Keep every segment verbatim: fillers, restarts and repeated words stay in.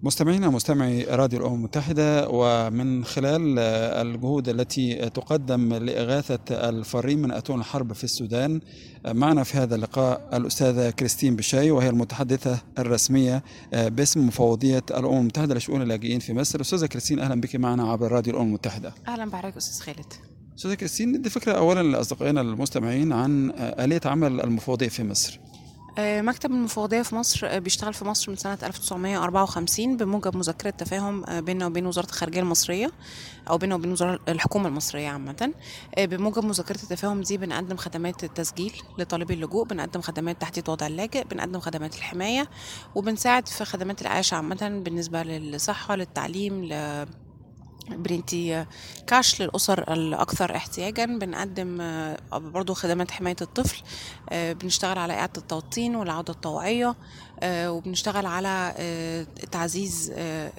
مستمعينا مستمعي راديو الأمم المتحدة، ومن خلال الجهود التي تقدم لإغاثة الفارين من أتون الحرب في السودان، معنا في هذا اللقاء الأستاذة كريستين بشاي، وهي المتحدثة الرسمية باسم مفوضية الأمم المتحدة لشؤون اللاجئين في مصر. أستاذة كريستين، أهلا بك معنا عبر راديو الأمم المتحدة. أهلا بحضرتك أستاذ خالد. أستاذة كريستين، ندي فكرة أولا لأصدقائنا المستمعين عن آلية عمل المفوضية في مصر. مكتب المفوضية في مصر بيشتغل في مصر من سنة ألف وتسعمائة وأربعة وخمسين بموجب مذكرة تفاهم بيننا وبين وزارة الخارجية المصرية، أو بيننا وبين وزارة الحكومة المصرية عامة. بموجب مذكرة التفاهم دي بنقدم خدمات التسجيل لطالبي اللجوء، بنقدم خدمات تحديد وضع اللاجئ، بنقدم خدمات الحماية، وبنساعد في خدمات الإعاشة عامة بالنسبة للصحة، للتعليم، ل برينتي كاش للأسر الأكثر احتياجا. بنقدم برضو خدمات حماية الطفل، بنشتغل على إعادة التوطين والعودة الطوعية، وبنشتغل على تعزيز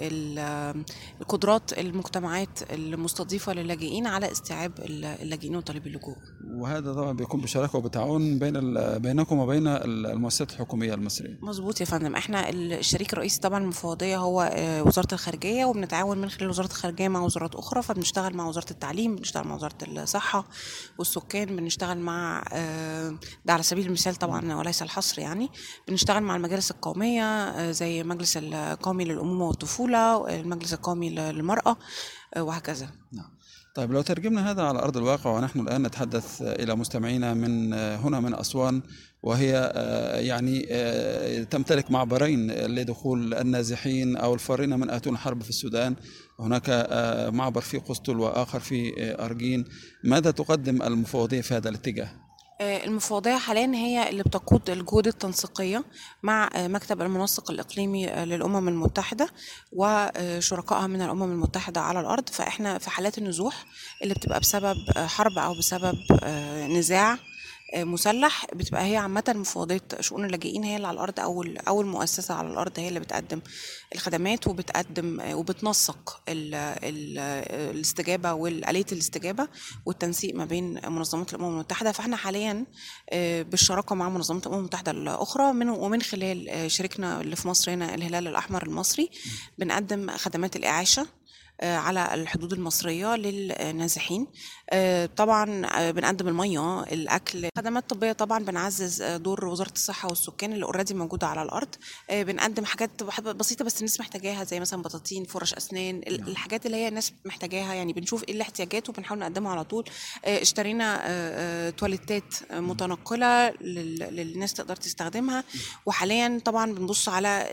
القدرات المجتمعات المستضيفة للاجئين على استيعاب اللاجئين وطالبي اللجوء. وهذا طبعا بيكون بشراكة وبتعاون بين بينكم وبين المؤسسات الحكومية المصرية. مظبوط يا فندم. احنا الشريك الرئيسي طبعا المفوضية هو وزارة الخارجية، وبنتعاون من خلال وزارة الخارجية مع وزارات أخرى. فبنشتغل مع وزارة التعليم، بنشتغل مع وزارة الصحة والسكان، بنشتغل مع ده على سبيل المثال طبعا وليس الحصر، يعني بنشتغل مع المجالس القومية زي المجلس القومي للأمومة والطفولة، المجلس القومي للمرأة، وهكذا. نعم. طيب، لو ترجمنا هذا على أرض الواقع، ونحن الآن نتحدث إلى مستمعينا من هنا من أسوان، وهي يعني تمتلك معبرين لدخول النازحين أو الفارين من أتون الحرب في السودان. هناك معبر في قسطل وآخر في أرجين. ماذا تقدم المفوضية في هذا الاتجاه؟ المفوضية حاليا هي اللي بتقود الجهود التنسيقية مع مكتب المنسق الإقليمي للأمم المتحدة وشركائها من الأمم المتحدة على الأرض. فإحنا في حالات النزوح اللي بتبقى بسبب حرب أو بسبب نزاع مسلح، بتبقى هي عامة مفوضية شؤون اللاجئين هي اللي على الأرض، أو أول مؤسسة على الأرض هي اللي بتقدم الخدمات وبتقدم وبتنسق ال ال الاستجابة والآلية الاستجابة والتنسيق ما بين منظمات الأمم المتحدة. فإحنا حاليا بالشراكة مع منظمات الأمم المتحدة الأخرى من ومن خلال شريكنا اللي في مصر هنا الهلال الأحمر المصري بنقدم خدمات الإعاشة على الحدود المصرية للنازحين. طبعا بنقدم المياه، الأكل، خدمات طبية. طبعا بنعزز دور وزارة الصحة والسكان اللي اوريدي موجودة على الأرض. بنقدم حاجات بسيطة بس الناس محتاجاها، زي مثلا بطاطين، فرش أسنان، الحاجات اللي هي الناس محتاجاها. يعني بنشوف ايه الاحتياجات وبنحاول نقدمها على طول. اشترينا تواليتات متنقلة للناس تقدر تستخدمها. وحاليا طبعا بنبص على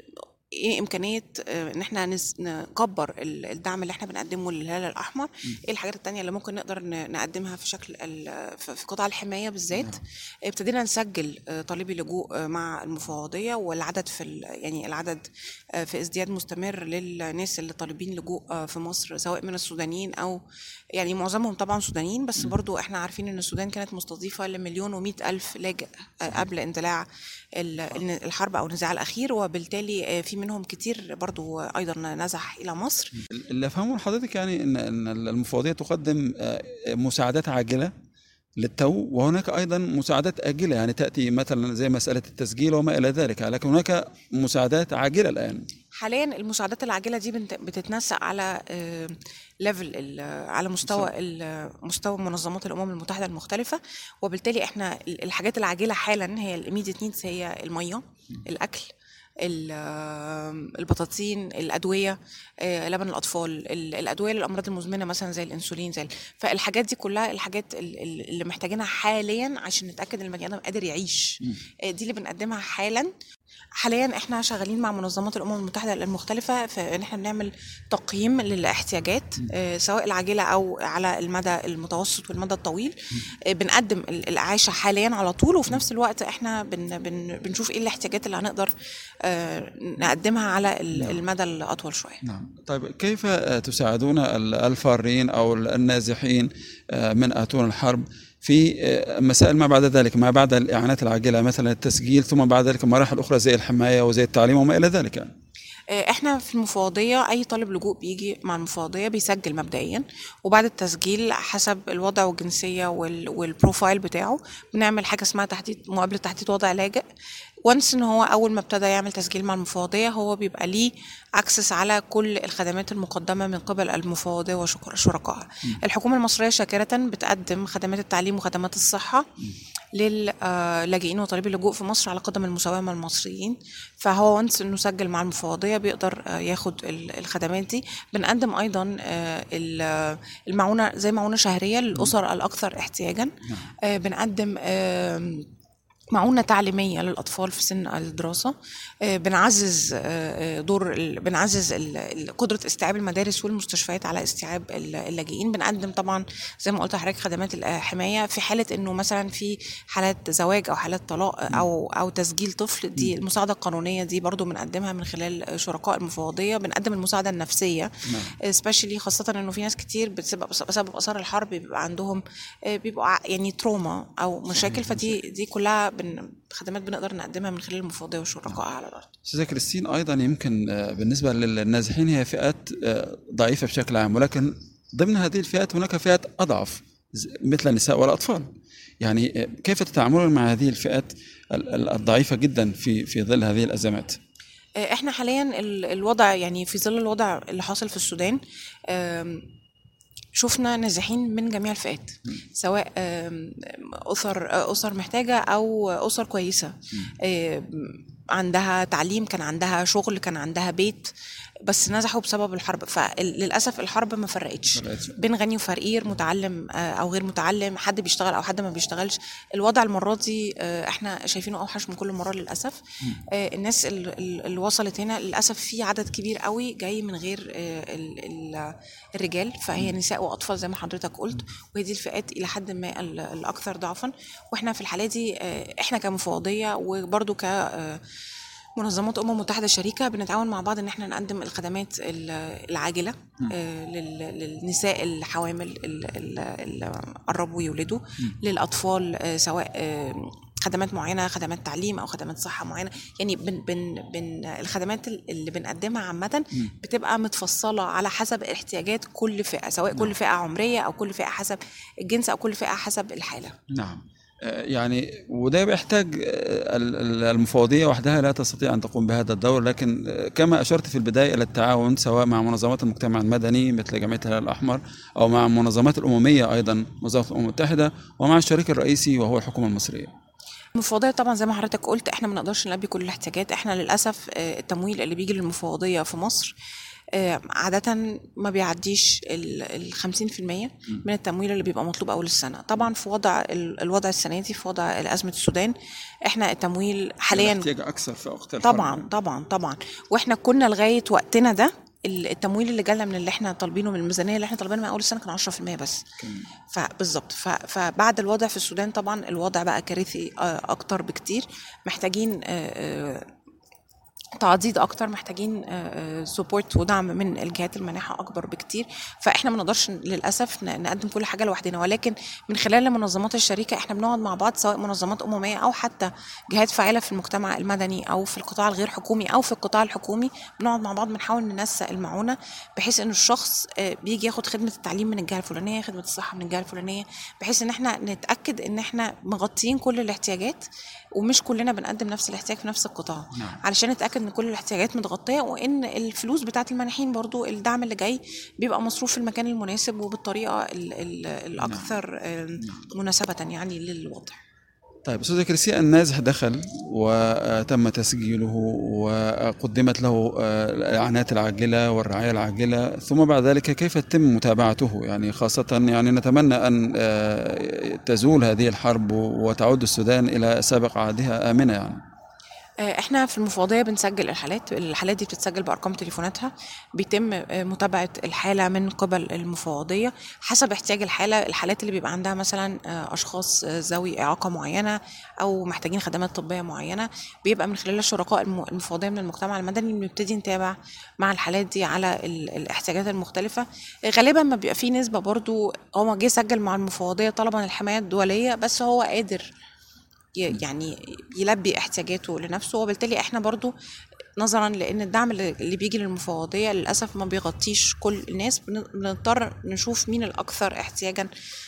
ايه امكانيه ان احنا نكبر الدعم اللي احنا بنقدمه للهلال الاحمر. ايه الحاجات التانية اللي ممكن نقدر نقدمها في شكل في قطاع الحمايه بالذات. ابتدينا نسجل طالبي لجوء مع المفوضيه، والعدد في يعني العدد في ازدياد مستمر للناس اللي طالبين لجوء في مصر، سواء من السودانيين او يعني معظمهم طبعا سودانيين، بس برضو احنا عارفين ان السودان كانت مستضيفه لمليون ومئة الف لاجئ قبل اندلاع الحرب او النزاع الاخير، وبالتالي في منهم كتير برضو أيضا نزح إلى مصر. اللي أفهمه من حضرتك يعني أن المفوضية تقدم مساعدات عاجلة للتو، وهناك أيضا مساعدات آجلة يعني تأتي مثلا زي مسألة التسجيل وما إلى ذلك، لكن هناك مساعدات عاجلة الآن. حاليا المساعدات العاجلة دي بتتنسق على ليفل على مستوى مستوى منظمات الأمم المتحدة المختلفة. وبالتالي احنا الحاجات العاجلة حالا هي الإيميديت نيدز، هي المياه، الأكل، البطاطين، الادويه، لبن الاطفال، الادويه للامراض المزمنه مثلا زي الانسولين، زي فالحاجات دي كلها الحاجات اللي محتاجينها حاليا عشان نتاكد ان البني ادم قادر يعيش. دي اللي بنقدمها حالا. حاليا احنا شغالين مع منظمات الامم المتحده المختلفه في ان احنا بنعمل تقييم للاحتياجات سواء العاجله او على المدى المتوسط والمدى الطويل. بنقدم الاعاشه حاليا على طول، وفي نفس الوقت احنا بن بن بنشوف ايه الاحتياجات اللي هنقدر نقدمها على المدى الاطول شويه. نعم. طيب، كيف تساعدون الفارين او النازحين من اتون الحرب في مسائل ما بعد ذلك، ما بعد الإعانات العاجلة، مثلا التسجيل، ثم بعد ذلك مراحل أخرى زي الحماية وزي التعليم وما إلى ذلك؟ احنا في المفوضية اي طالب لجوء بيجي مع المفوضية بيسجل مبدئيا، وبعد التسجيل حسب الوضع والجنسية والبروفايل بتاعه بنعمل حاجة اسمها تحديد مقابلة تحديد وضع لاجئ. وانس ان هو اول ما ابتدى يعمل تسجيل مع المفوضيه هو بيبقى ليه اكسس على كل الخدمات المقدمه من قبل المفوضيه وشركائها. الحكومه المصريه شاكره بتقدم خدمات التعليم وخدمات الصحه للاجئين وطالبي اللجوء في مصر على قدم المساواه مع المصريين. فهو وانس انه سجل مع المفوضيه بيقدر ياخد الخدمات دي. بنقدم ايضا المعونه زي معونه شهريه للاسر الاكثر احتياجا. بنقدم معونة تعليمية للأطفال في سن الدراسة. بنعزز دور بنعزز قدرة استيعاب المدارس والمستشفيات على استيعاب اللاجئين. بنقدم طبعا زي ما قلت لحضرتك خدمات الحماية في حالة انه مثلا في حالات زواج او حالات طلاق او او تسجيل طفل. دي المساعدة القانونية دي برضو بنقدمها من خلال شركاء المفوضية. بنقدم المساعدة النفسية سبيشالي، خاصة انه في ناس كتير بسبب بسبب آثار الحرب بيبقى عندهم بيبقوا يعني تروما او مشاكل. فدي دي كلها بن... خدمات بنقدر نقدمها من خلال المفوضيه وشركائها على الارض. استاذه كريستين، ايضا يمكن بالنسبه للنازحين هي فئات ضعيفه بشكل عام، ولكن ضمن هذه الفئات هناك فئات اضعف مثل النساء والاطفال. يعني كيف تتعاملون مع هذه الفئات الضعيفه جدا في في ظل هذه الازمات؟ احنا حاليا الوضع يعني في ظل الوضع اللي حاصل في السودان شفنا نازحين من جميع الفئات، سواء أسر أسر محتاجة أو أسر كويسة عندها تعليم، كان عندها شغل، كان عندها بيت، بس نزحوا بسبب الحرب. فللأسف الحرب ما فرقتش بين غني وفقير، متعلم أو غير متعلم، حد بيشتغل أو حد ما بيشتغلش. الوضع المرة دي احنا شايفينه أوحش من كل مرة للأسف. الناس اللي وصلت هنا للأسف في عدد كبير قوي جاي من غير الرجال، فهي نساء وأطفال زي ما حضرتك قلت، وهي دي الفئات إلى حد ما الأكثر ضعفا. واحنا في الحالة دي احنا كمفوضية وبرضو ك منظمات أمم متحدة شريكة بنتعاون مع بعض ان احنا نقدم الخدمات العاجلة للنساء الحوامل اللي قربوا يولدوا، للأطفال سواء خدمات معينة، خدمات تعليم أو خدمات صحة معينة. يعني بن بن بن الخدمات اللي بنقدمها عامة بتبقى متفصلة على حسب احتياجات كل فئة، سواء كل فئة عمرية أو كل فئة حسب الجنس أو كل فئة حسب الحالة. نعم. يعني وده بيحتاج المفوضية وحدها لا تستطيع أن تقوم بهذا الدور، لكن كما أشرت في البداية إلى التعاون سواء مع منظمات المجتمع المدني مثل جمعية الهلال الأحمر أو مع منظمات الأممية أيضا منظمة الأمم المتحدة ومع الشريك الرئيسي وهو الحكومة المصرية. المفوضية طبعا زي ما حضرتك قلت احنا ما نقدرش نلبي كل الاحتياجات. احنا للأسف التمويل اللي بيجي للمفوضية في مصر عادة ما بيعديش ال خمسين في المية من التمويل اللي بيبقى مطلوب أول السنة. طبعا في وضع الوضع السنة دي، في وضع أزمة السودان، احنا التمويل حاليا احتياج أكثر في وقت الحرب. طبعا طبعا طبعا واحنا كنا لغاية وقتنا ده التمويل اللي جالنا من اللي احنا طالبينه من الميزانيه اللي احنا طالبينها من اول السنه كان عشرة في المية بس. فبالظبط فبعد الوضع في السودان طبعا الوضع بقى كارثي اكتر بكتير، محتاجين تعضيد اكتر، محتاجين سبورت ودعم من الجهات المانحه اكبر بكتير. فاحنا ما نقدرش للاسف نقدم كل حاجه لوحدنا، ولكن من خلال المنظمات الشريكه احنا بنقعد مع بعض سواء منظمات امميه او حتى جهات فاعله في المجتمع المدني او في القطاع الغير حكومي او في القطاع الحكومي. بنقعد مع بعض بنحاول ننسق المعونه بحيث ان الشخص بيجي ياخد خدمه التعليم من الجهه الفلانيه، خدمه الصحه من الجهه الفلانيه، بحيث ان احنا نتاكد ان احنا مغطيين كل الاحتياجات ومش كلنا بنقدم نفس الاحتياج في نفس القطاع. نعم. علشان نتاكد ان كل الاحتياجات متغطيه وان الفلوس بتاعه المانحين برضو الدعم اللي جاي بيبقى مصروف في المكان المناسب وبالطريقه ال ال الاكثر نعم. مناسبه يعني للوضع. طيب استاذ كريستين، النازح دخل وتم تسجيله وقدمت له الاعانات العاجله والرعايه العاجله، ثم بعد ذلك كيف يتم متابعته؟ يعني خاصه يعني نتمنى ان تزول هذه الحرب وتعود السودان الى سابق عهدها امنه. يعني احنا في المفوضيه بنسجل الحالات الحالات دي بتتسجل بارقام تليفوناتها، بيتم متابعه الحاله من قبل المفوضيه حسب احتياج الحاله. الحالات اللي بيبقى عندها مثلا اشخاص ذوي اعاقه معينه او محتاجين خدمات طبيه معينه بيبقى من خلال الشركاء المفوضيه من المجتمع المدني بنبتدي نتابع مع الحالات دي على الاحتياجات المختلفه. غالبا ما بيبقى في نسبه برضو هو جه سجل مع المفوضيه طلبا الحمايه الدوليه بس هو قادر يعني يلبي احتياجاته لنفسه، وبالتالي احنا برضو نظرا لان الدعم اللي بيجي للمفوضيه للاسف ما بيغطيش كل الناس، بنضطر نشوف مين الاكثر احتياجا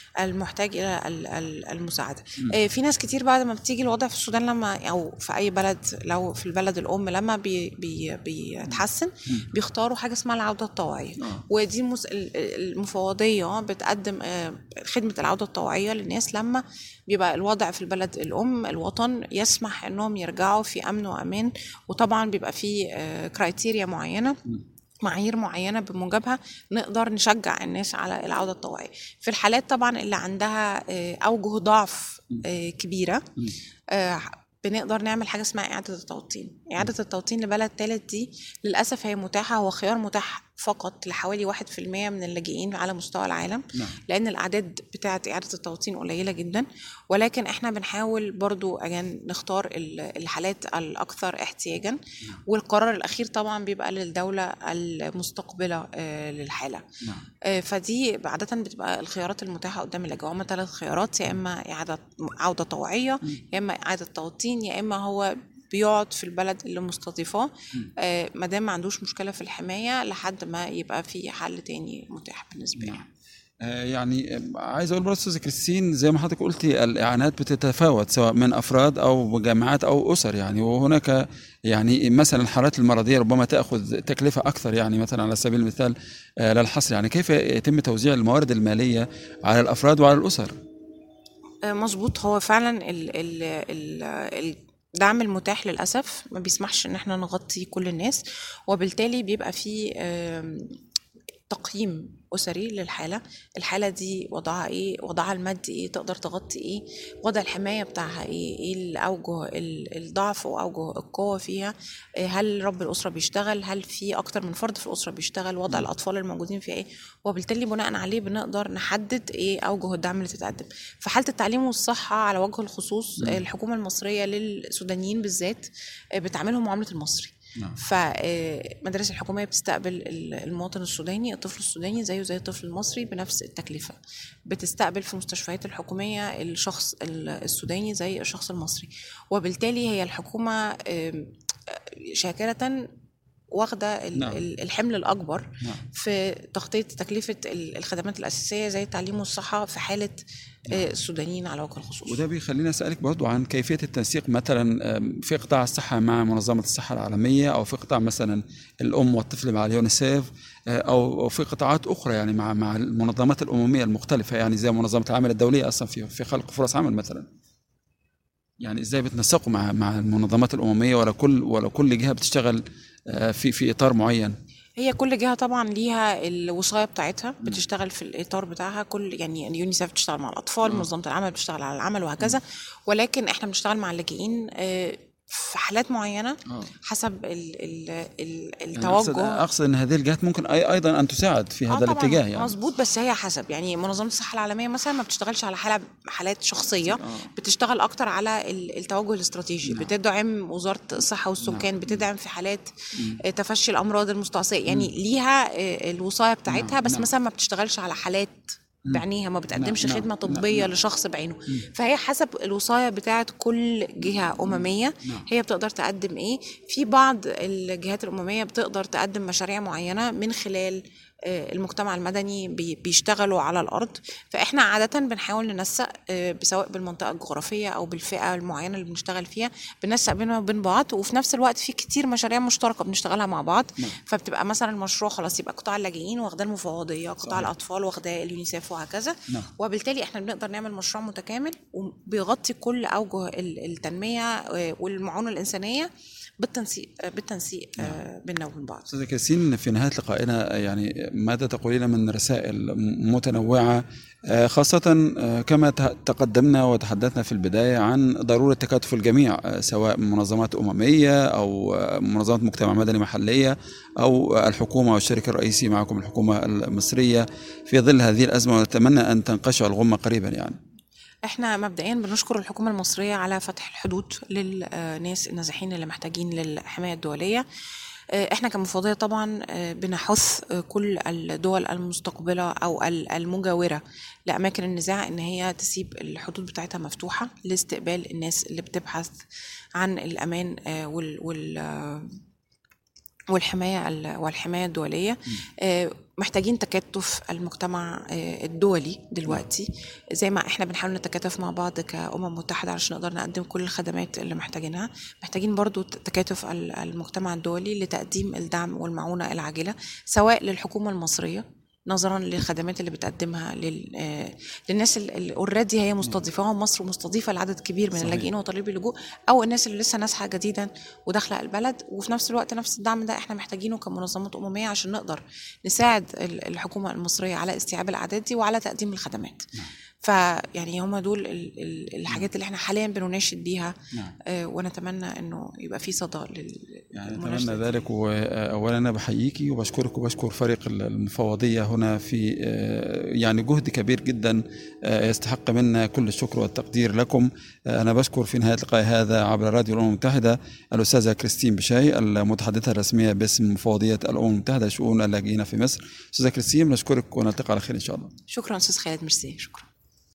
المحتاج الى المساعده. في ناس كتير بعد ما بتيجي الوضع في السودان لما او في اي بلد، لو في البلد الام لما بي بي بيتحسن بيختاروا حاجه اسمها العوده الطوعيه، ودي المفوضيه بتقدم خدمه العوده الطوعيه للناس لما بيبقى الوضع في البلد الام الوطن يسمح انهم يرجعوا في امن وامان. وطبعا بيبقى في كرايتيريا معينه، معايير معينة بموجبها نقدر نشجع الناس على العودة الطوعية. في الحالات طبعا اللي عندها أوجه ضعف كبيرة بنقدر نعمل حاجة اسمها إعادة التوطين. إعادة التوطين لبلد ثالث دي للأسف هي متاحة، هو خيار متاح فقط لحوالي واحد في المية من اللاجئين على مستوى العالم. نعم. لأن الأعداد بتاعة إعادة التوطين قليلة جدا، ولكن إحنا بنحاول برضو أجان نختار الحالات الأكثر احتياجا. نعم. والقرار الأخير طبعا بيبقى للدولة المستقبلة للحالة. نعم. فدي عادة بتبقى الخيارات المتاحة قدام اللاجئين هما ثلاث خيارات: يا إما إعادة عودة طوعية، يا إما إعادة توطين، يا إما هو بيقعد في البلد اللي مستضيفاه آه ما دام ما عندوش مشكله في الحمايه لحد ما يبقى في حل تاني متاح بالنسبه له. آه يعني عايز اقول برضه استاذ كريستين، زي ما حضرتك قلتي الاعانات بتتفاوت سواء من افراد او جماعات او اسر يعني، وهناك يعني مثلا الحالات المرضيه ربما تاخذ تكلفه اكثر، يعني مثلا على سبيل المثال آه للحصر، يعني كيف يتم توزيع الموارد الماليه على الافراد وعلى الاسر؟ آه مظبوط، هو فعلا ال ال ال, ال الدعم المتاح للأسف ما بيسمحش ان احنا نغطي كل الناس، وبالتالي بيبقى في تقييم أسري للحالة. الحالة دي وضعها ايه، وضعها المادي ايه، تقدر تغطي ايه، وضع الحماية بتاعها ايه، ايه الأوجه الضعف وأوجه القوة فيها، هل رب الأسرة بيشتغل، هل في أكتر من فرد في الأسرة بيشتغل، وضع الأطفال الموجودين فيها ايه، وبالتالي بناء عليه بنقدر نحدد ايه أوجه الدعم اللي تتقدم. في حالة التعليم والصحة على وجه الخصوص الحكومة المصرية للسودانيين بالذات بتعاملهم معاملة المصري. نعم. فمدارس الحكومية بتستقبل المواطن السوداني، الطفل السوداني زيه زي الطفل المصري بنفس التكلفة. بتستقبل في المستشفيات الحكومية الشخص السوداني زي الشخص المصري، وبالتالي هي الحكومة شاكرة واخدة نعم. الحمل الأكبر نعم. في تغطية تكلفة الخدمات الأساسية زي التعليم والصحة في حالة نعم. السودانيين على وجه الخصوص. وده بيخلينا أسألك برضو عن كيفية التنسيق مثلا في قطاع الصحة مع منظمة الصحة العالمية، أو في قطاع مثلا الأم والطفل مع اليونيسيف، أو في قطاعات أخرى يعني مع مع المنظمات الأممية المختلفة، يعني زي منظمة العمل الدولية أصلا في في خلق فرص عمل مثلا. يعني ازاي بتنسقوا مع مع المنظمات الامميه، ولا كل ولا كل جهه بتشتغل في في اطار معين؟ هي كل جهه طبعا ليها الوصايه بتاعتها بتشتغل في الاطار بتاعها. كل يعني اليونيسيف بتشتغل مع الاطفال، منظمه العمل بتشتغل على العمل وهكذا، ولكن احنا بنشتغل مع اللاجئين في حالات معينة حسب ال ال ال التوجه. يعني أقصد أن هذه الجهات ممكن أيضا أن تساعد في هذا الاتجاه يعني. مظبوط، بس هي حسب يعني منظمة الصحة العالمية مثلا ما بتشتغلش على حالة حالات شخصية، آه. بتشتغل أكتر على التوجه الاستراتيجي. نعم. بتدعم وزارة الصحة والسكان. نعم. بتدعم في حالات م. تفشي الأمراض المستعصية يعني. م. ليها الوصاية بتاعتها. نعم. بس نعم. مثلا ما بتشتغلش على حالات بعينيها، ما بتقدمش نعم. خدمة طبية نعم. لشخص بعينه. نعم. فهي حسب الوصاية بتاعة كل جهة أممية. نعم. هي بتقدر تقدم إيه. في بعض الجهات الأممية بتقدر تقدم مشاريع معينة من خلال المجتمع المدني بيشتغلوا على الأرض. فإحنا عادة بنحاول ننسق سواء بالمنطقة الجغرافية أو بالفئة المعينة اللي بنشتغل فيها، بننسق بيننا وبين بعض. وفي نفس الوقت في كتير مشاريع مشتركة بنشتغلها مع بعض. نعم. فبتبقى مثلا المشروع خلاص يبقى قطاع اللاجئين واخداه المفوضية، قطاع صحيح. الأطفال واخداه اليونيسيف وهكذا. نعم. وبالتالي إحنا بنقدر نعمل مشروع متكامل وبيغطي كل أوجه التنمية والمعونة الإنسانية بالتنسيق بالتنسيق نعم. بيننا وبين بعض. أستاذة كريستين، في نهاية لقائنا يعني ماذا تقولين من رسائل متنوعة، خاصة كما تقدمنا وتحدثنا في البداية عن ضرورة تكاتف الجميع، سواء منظمات أممية أو منظمات مجتمع مدني محلية أو الحكومة والشريك الرئيسي معكم الحكومة المصرية في ظل هذه الأزمة، ونتمنى أن تنقشع الغمة قريبا يعني. احنا مبدئيا بنشكر الحكومة المصرية على فتح الحدود للناس النازحين اللي محتاجين للحماية الدولية. احنا كمفوضية طبعا بنحث كل الدول المستقبلة او المجاورة لأماكن النزاع ان هي تسيب الحدود بتاعتها مفتوحة لاستقبال الناس اللي بتبحث عن الأمان وال, وال والحماية ال- والحماية الدولية. آه، محتاجين تكاتف المجتمع آه، الدولي دلوقتي، زي ما احنا بنحاول نتكاتف مع بعض كأمم متحدة علشان نقدر نقدم كل الخدمات اللي محتاجينها. محتاجين برضو تكاتف ال- المجتمع الدولي لتقديم الدعم والمعونة العاجلة، سواء للحكومة المصرية نظرا للخدمات اللي بتقدمها لل... آه، للناس اللي اوريدي هي مستضيفاهم مصر، ومستضيفه لعدد كبير من صحيح. اللاجئين وطالبي اللجوء، او الناس اللي لسه نازحه جديدا وداخله البلد. وفي نفس الوقت نفس الدعم ده احنا محتاجينه كمنظمات امميه عشان نقدر نساعد ال- الحكومه المصريه على استيعاب الاعداد دي وعلى تقديم الخدمات. فيعني هم دول ال- ال- الحاجات اللي احنا حاليا بنناشد بيها. نعم. آه، ونتمنى انه يبقى في صدى لل- يعني للمناشدة أتمنى دي. ذلك. وأولا أنا بحييكي وبشكرك وبشكر فريق المفوضية هنا في آه، يعني جهد كبير جدا آه، يستحق منا كل الشكر والتقدير لكم. آه، أنا بشكر في نهاية اللقاء هذا عبر راديو الأمم المتحدة الأستاذة كريستين بشاي، المتحدثة الرسمية باسم مفوضية الأمم المتحدة لشؤون اللاجئين في مصر. أستاذة كريستين نشكرك ونلتقي على خير إن شاء الله. شكرا استاذ خالد، ميرسي، شكرا.